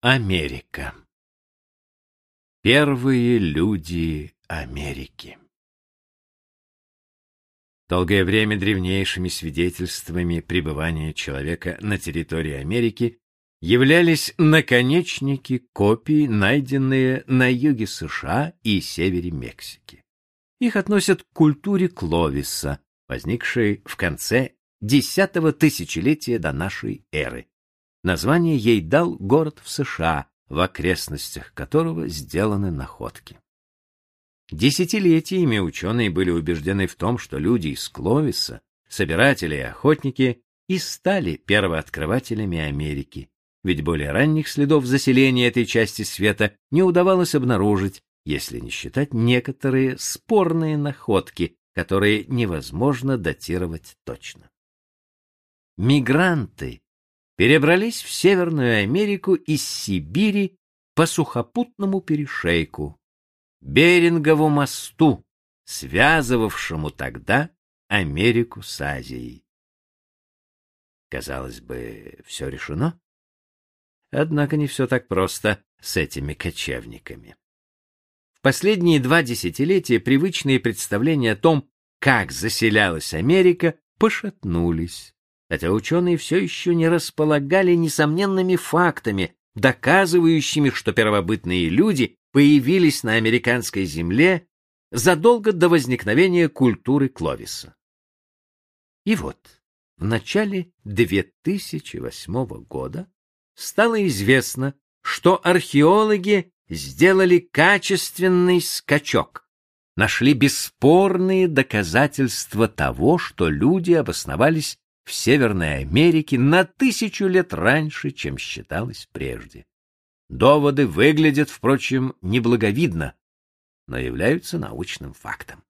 Америка. Первые люди Америки. Долгое время древнейшими свидетельствами пребывания человека на территории Америки являлись наконечники копий, найденные на юге США и севере Мексики. Их относят к культуре Кловиса, возникшей в конце X тысячелетия до нашей эры. Название ей дал город в США, в окрестностях которого сделаны находки. Десятилетиями ученые были убеждены в том, что люди из Кловиса, собиратели и охотники, и стали первооткрывателями Америки, ведь более ранних следов заселения этой части света не удавалось обнаружить, если не считать некоторые спорные находки, которые невозможно датировать точно. Мигранты перебрались в Северную Америку из Сибири по сухопутному перешейку, Берингову мосту, связывавшему тогда Америку с Азией. Казалось бы, все решено. Однако не все так просто с этими кочевниками. В последние 2 десятилетия привычные представления о том, как заселялась Америка, пошатнулись, хотя ученые все еще не располагали несомненными фактами, доказывающими, что первобытные люди появились на американской земле задолго до возникновения культуры Кловиса. И вот, в начале 2008 года стало известно, что археологи сделали качественный скачок, нашли бесспорные доказательства того, что люди обосновались в Северной Америке на 1000 лет раньше, чем считалось прежде. Доводы выглядят, впрочем, неблаговидно, но являются научным фактом.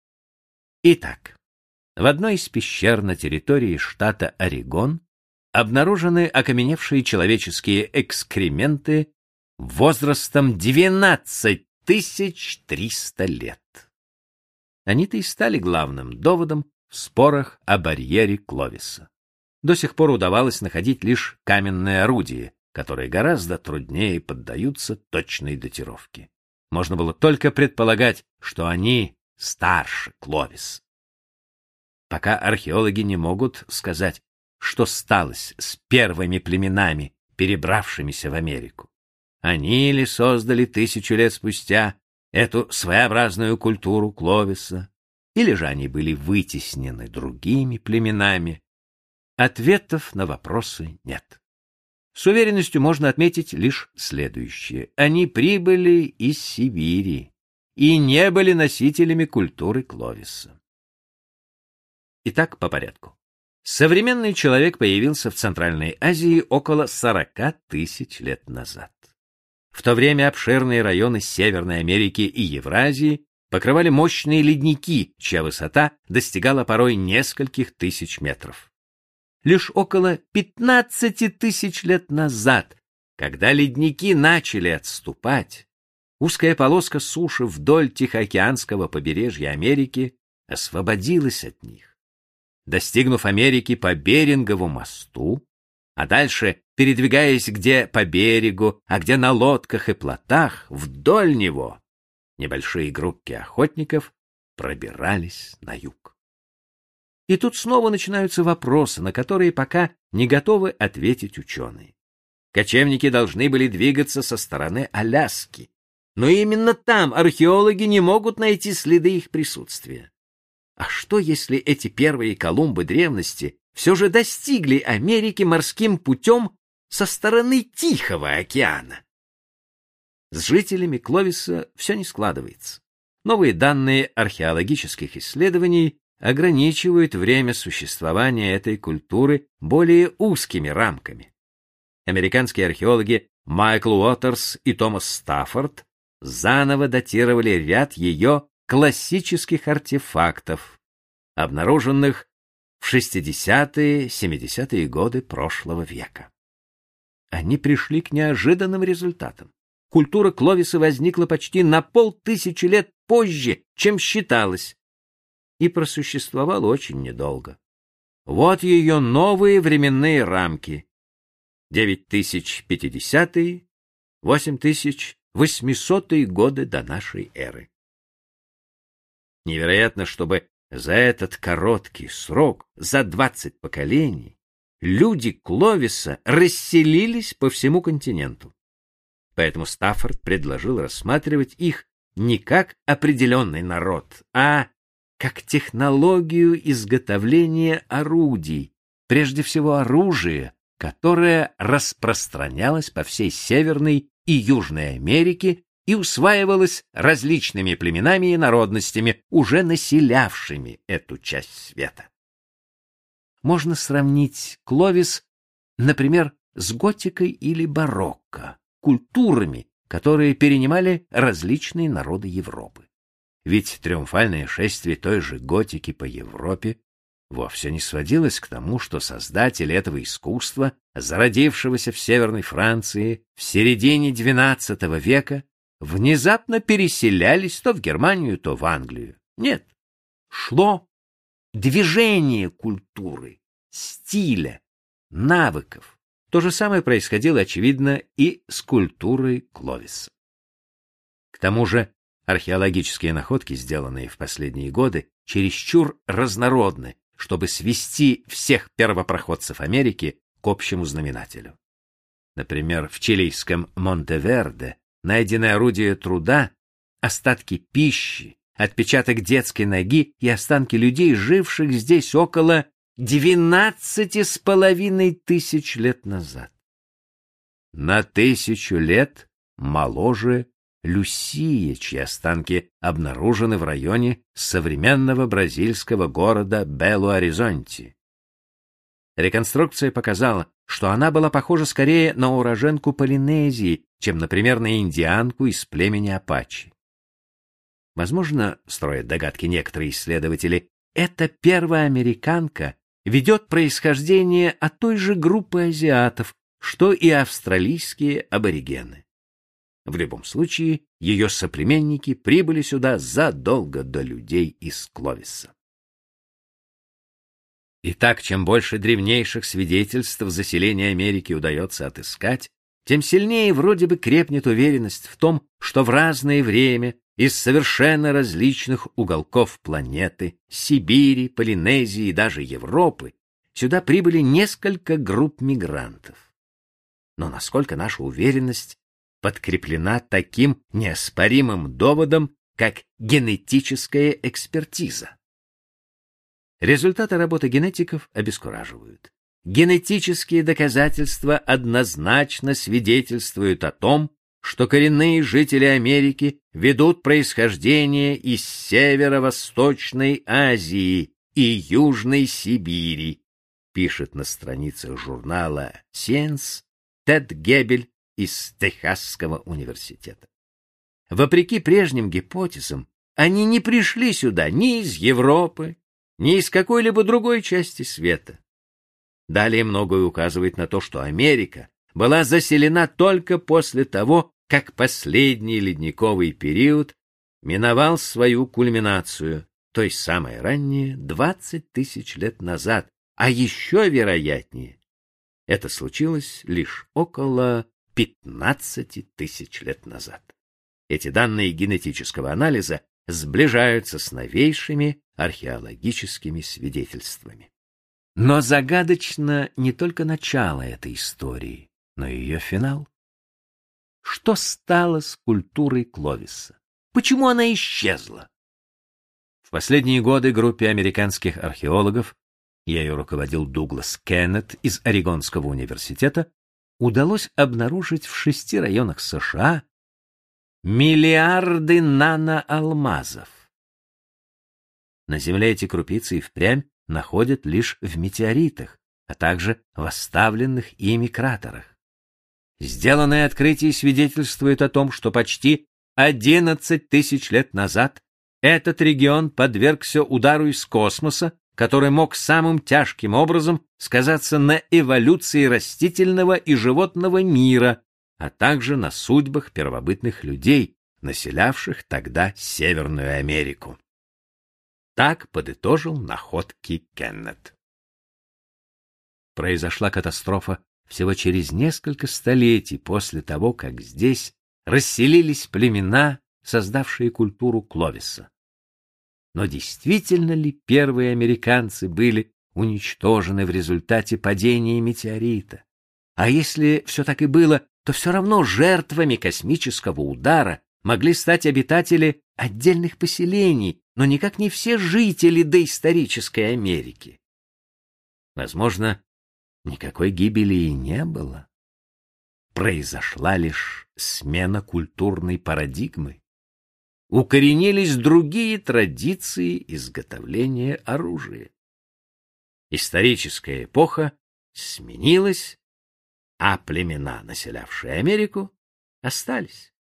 Итак, в одной из пещер на территории штата Орегон обнаружены окаменевшие человеческие экскременты возрастом 12 300 лет. Они-то и стали главным доводом в спорах о барьере Кловиса. До сих пор удавалось находить лишь каменные орудия, которые гораздо труднее поддаются точной датировке. Можно было только предполагать, что они старше Кловиса. Пока археологи не могут сказать, что сталось с первыми племенами, перебравшимися в Америку. Они ли создали 1000 лет спустя эту своеобразную культуру Кловиса, или же они были вытеснены другими племенами? Ответов на вопросы нет. С уверенностью можно отметить лишь следующее. Они прибыли из Сибири и не были носителями культуры Кловиса. Итак, по порядку. Современный человек появился в Центральной Азии около 40 тысяч лет назад. В то время обширные районы Северной Америки и Евразии покрывали мощные ледники, чья высота достигала порой нескольких тысяч метров. Лишь около 15 тысяч лет назад, когда ледники начали отступать, узкая полоска суши вдоль Тихоокеанского побережья Америки освободилась от них. Достигнув Америки по Берингову мосту, а дальше передвигаясь где по берегу, а где на лодках и плотах, вдоль него небольшие группки охотников пробирались на юг. И тут снова начинаются вопросы, на которые пока не готовы ответить ученые. Кочевники должны были двигаться со стороны Аляски, но именно там археологи не могут найти следы их присутствия. А что, если эти первые Колумбы древности все же достигли Америки морским путем со стороны Тихого океана? С жителями Кловиса все не складывается. Новые данные археологических исследований ограничивают время существования этой культуры более узкими рамками. Американские археологи Майкл Уотерс и Томас Стаффорд заново датировали ряд ее классических артефактов, обнаруженных в 60-70-е годы прошлого века. Они пришли к неожиданным результатам. Культура Кловиса возникла почти на 500 лет позже, чем считалось, и просуществовала очень недолго. Вот ее новые временные рамки: 9050-е, 8800 годы до нашей эры. Невероятно, чтобы за этот короткий срок, за 20 поколений, люди Кловиса расселились по всему континенту. Поэтому Стаффорд предложил рассматривать их не как определенный народ, а как технологию изготовления орудий, прежде всего оружия, которое распространялось по всей Северной и Южной Америке и усваивалось различными племенами и народностями, уже населявшими эту часть света. Можно сравнить Кловис, например, с готикой или барокко, культурами, которые перенимали различные народы Европы. Ведь триумфальное шествие той же готики по Европе вовсе не сводилось к тому, что создатели этого искусства, зародившегося в Северной Франции в середине XII века, внезапно переселялись то в Германию, то в Англию. Нет, шло движение культуры, стиля, навыков. То же самое происходило, очевидно, и с культурой Кловиса. К тому же археологические находки, сделанные в последние годы, чересчур разнородны, чтобы свести всех первопроходцев Америки к общему знаменателю. Например, в чилийском Монтеверде найдены орудия труда, остатки пищи, отпечаток детской ноги и останки людей, живших здесь около 12,5 тысяч лет назад. На 1000 лет моложе Люсия, чьи останки обнаружены в районе современного бразильского города Белу-Оризонти. Реконструкция показала, что она была похожа скорее на уроженку Полинезии, чем, например, на индианку из племени Апачи. Возможно, строят догадки некоторые исследователи, эта первая американка ведет происхождение от той же группы азиатов, что и австралийские аборигены. В любом случае, ее соплеменники прибыли сюда задолго до людей из Кловиса. Итак, чем больше древнейших свидетельств заселения Америки удается отыскать, тем сильнее вроде бы крепнет уверенность в том, что в разное время из совершенно различных уголков планеты, Сибири, Полинезии и даже Европы, сюда прибыли несколько групп мигрантов. Но насколько наша уверенность подкреплена таким неоспоримым доводом, как генетическая экспертиза? Результаты работы генетиков обескураживают. Генетические доказательства однозначно свидетельствуют о том, что коренные жители Америки ведут происхождение из Северо-Восточной Азии и Южной Сибири, пишет на страницах журнала Science Тед Геббель из Техасского университета. Вопреки прежним гипотезам, они не пришли сюда ни из Европы, ни из какой-либо другой части света. Далее многое указывает на то, что Америка была заселена только после того, как последний ледниковый период миновал свою кульминацию, то есть самое раннее 20 тысяч лет назад, а еще вероятнее, это случилось лишь около 15 тысяч лет назад. Эти данные генетического анализа сближаются с новейшими археологическими свидетельствами. Но загадочно не только начало этой истории, но и ее финал. Что стало с культурой Кловиса? Почему она исчезла? В последние годы группе американских археологов, ею руководил Дуглас Кеннет из Орегонского университета, удалось обнаружить в 6 районах США миллиарды наноалмазов. На Земле эти крупицы и впрямь находят лишь в метеоритах, а также в оставленных ими кратерах. Сделанное открытие свидетельствует о том, что почти 11 тысяч лет назад этот регион подвергся удару из космоса, который мог самым тяжким образом сказаться на эволюции растительного и животного мира, а также на судьбах первобытных людей, населявших тогда Северную Америку. Так подытожил находки Кеннет. Произошла катастрофа всего через несколько столетий после того, как здесь расселились племена, создавшие культуру Кловиса. Но действительно ли первые американцы были уничтожены в результате падения метеорита? А если все так и было, то все равно жертвами космического удара могли стать обитатели отдельных поселений, но никак не все жители доисторической Америки. Возможно, никакой гибели и не было. Произошла лишь смена культурной парадигмы. Укоренились другие традиции изготовления оружия. Историческая эпоха сменилась, а племена, населявшие Америку, остались.